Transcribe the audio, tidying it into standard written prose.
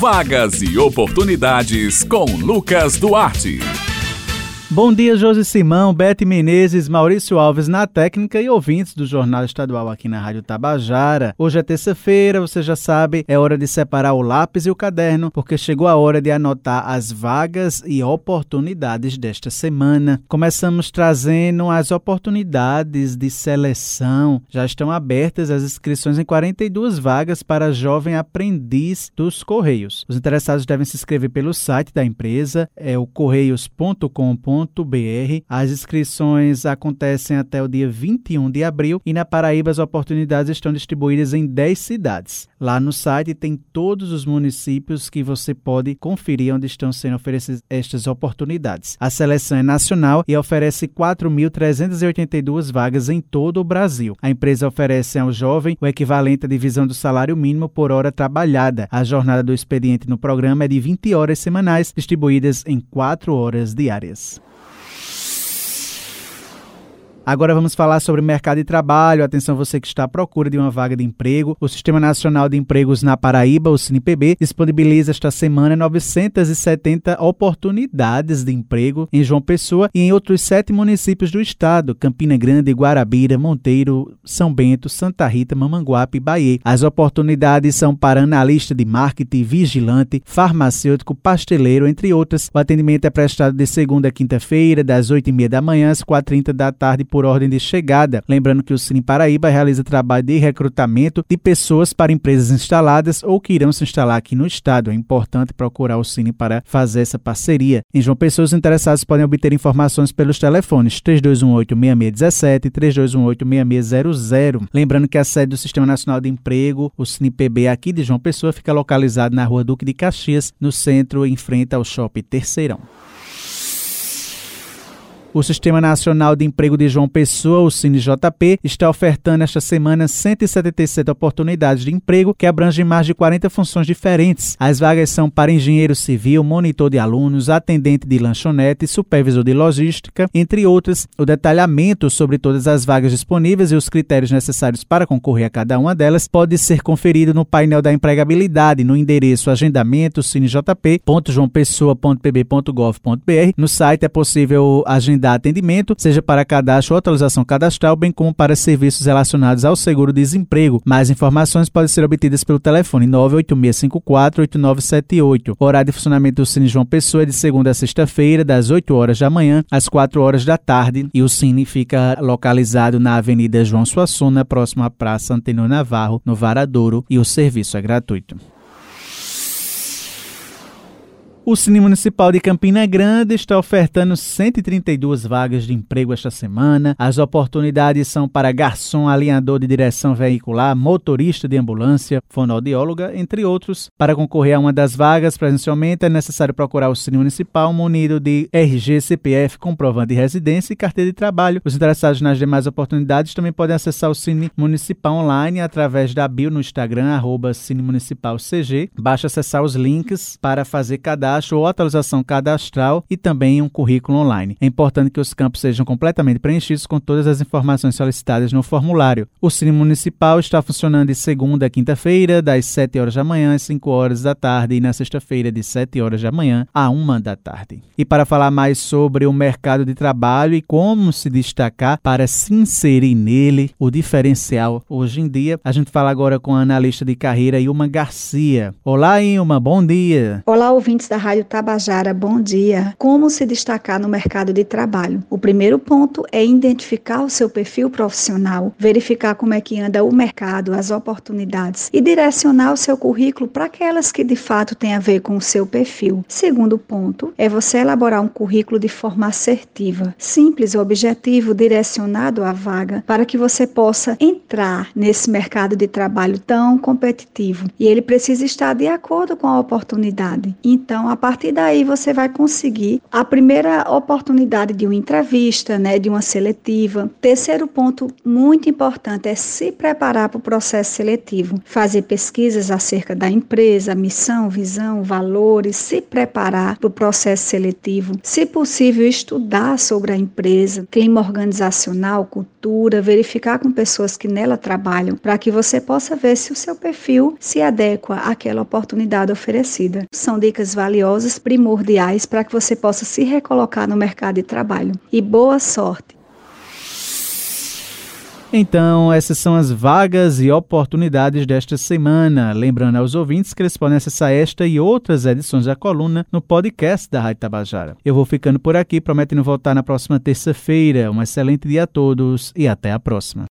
Vagas e oportunidades com Lucas Duarte. Bom dia, Josi Simão, Bete Menezes, Maurício Alves na técnica e ouvintes do Jornal Estadual aqui na Rádio Tabajara. Hoje é terça-feira, você já sabe, é hora de separar o lápis e o caderno, porque chegou a hora de anotar as vagas e oportunidades desta semana. Começamos trazendo as oportunidades de seleção. Já estão abertas as inscrições em 42 vagas para jovem aprendiz dos Correios. Os interessados devem se inscrever pelo site da empresa, é o correios.com.br. As inscrições acontecem até o dia 21 de abril e na Paraíba as oportunidades estão distribuídas em 10 cidades. Lá no site tem todos os municípios que você pode conferir onde estão sendo oferecidas estas oportunidades. A seleção é nacional e oferece 4.382 vagas em todo o Brasil. A empresa oferece ao jovem o equivalente à divisão do salário mínimo por hora trabalhada. A jornada do expediente no programa é de 20 horas semanais, distribuídas em 4 horas diárias. Agora vamos falar sobre o mercado de trabalho. Atenção você que está à procura de uma vaga de emprego. O Sistema Nacional de Empregos na Paraíba, o SINPB, disponibiliza esta semana 970 oportunidades de emprego em João Pessoa e em outros 7 municípios do estado: Campina Grande, Guarabira, Monteiro, São Bento, Santa Rita, Mamanguape e Bahia. As oportunidades são para analista de marketing, vigilante, farmacêutico, pasteleiro, entre outras. O atendimento é prestado de segunda a quinta-feira, das 8h30 da manhã às 4h30 da tarde, por ordem de chegada. Lembrando que o Cine Paraíba realiza trabalho de recrutamento de pessoas para empresas instaladas ou que irão se instalar aqui no estado. É importante procurar o Cine para fazer essa parceria. Em João Pessoa, os interessados podem obter informações pelos telefones 3218-6617 e 3218-6600. Lembrando que a sede do Sistema Nacional de Emprego, o SINPB aqui de João Pessoa, fica localizado na Rua Duque de Caxias, no centro, em frente ao Shopping Terceirão. O Sistema Nacional de Emprego de João Pessoa, o SINJP, está ofertando esta semana 177 oportunidades de emprego que abrangem mais de 40 funções diferentes. As vagas são para engenheiro civil, monitor de alunos, atendente de lanchonete, supervisor de logística, entre outras. O detalhamento sobre todas as vagas disponíveis e os critérios necessários para concorrer a cada uma delas pode ser conferido no painel da empregabilidade no endereço agendamento.sinjp.joaopessoa.pb.gov.br. No site é possível agendar atendimento, seja para cadastro ou atualização cadastral, bem como para serviços relacionados ao seguro-desemprego. Mais informações podem ser obtidas pelo telefone 98654-8978. O horário de funcionamento do Cine João Pessoa é de segunda a sexta-feira, das 8 horas da manhã às 4 horas da tarde, e o Cine fica localizado na Avenida João Suassuna, próximo à Praça Antenor Navarro, no Varadouro, e o serviço é gratuito. O Cine Municipal de Campina Grande está ofertando 132 vagas de emprego esta semana. As oportunidades são para garçom, alinhador de direção veicular, motorista de ambulância, fonoaudióloga, entre outros. Para concorrer a uma das vagas presencialmente, é necessário procurar o Cine Municipal munido de RG, CPF, comprovante de residência e carteira de trabalho. Os interessados nas demais oportunidades também podem acessar o Cine Municipal online através da bio no Instagram, @cinemunicipalcg. Basta acessar os links para fazer cadastro ou atualização cadastral e também um currículo online. É importante que os campos sejam completamente preenchidos com todas as informações solicitadas no formulário. O Cine Municipal está funcionando de segunda a quinta-feira, das 7 horas da manhã às 5 horas da tarde, e na sexta-feira, de 7 horas da manhã à 1 da tarde. E para falar mais sobre o mercado de trabalho e como se destacar para se inserir nele, o diferencial hoje em dia, a gente fala agora com a analista de carreira Ilma Garcia. Olá, Ilma, bom dia. Olá, ouvintes da Rádio Tabajara, bom dia. Como se destacar no mercado de trabalho? O primeiro ponto é identificar o seu perfil profissional, verificar como é que anda o mercado, as oportunidades e direcionar o seu currículo para aquelas que de fato têm a ver com o seu perfil. Segundo ponto é você elaborar um currículo de forma assertiva, simples, objetivo, direcionado à vaga, para que você possa entrar nesse mercado de trabalho tão competitivo. E ele precisa estar de acordo com a oportunidade. Então, a partir daí você vai conseguir a primeira oportunidade de uma entrevista, né, de uma seletiva. Terceiro ponto muito importante é se preparar para o processo seletivo, fazer pesquisas acerca da empresa, missão, visão, valores, se preparar para o processo seletivo, se possível estudar sobre a empresa, clima organizacional, cultura, verificar com pessoas que nela trabalham, para que você possa ver se o seu perfil se adequa àquela oportunidade oferecida. São dicas valiosas, primordiais, para que você possa se recolocar no mercado de trabalho. E boa sorte! Então, essas são as vagas e oportunidades desta semana. Lembrando aos ouvintes que eles podem acessar esta e outras edições da coluna no podcast da Rádio Tabajara. Eu vou ficando por aqui, prometendo voltar na próxima terça-feira. Um excelente dia a todos e até a próxima.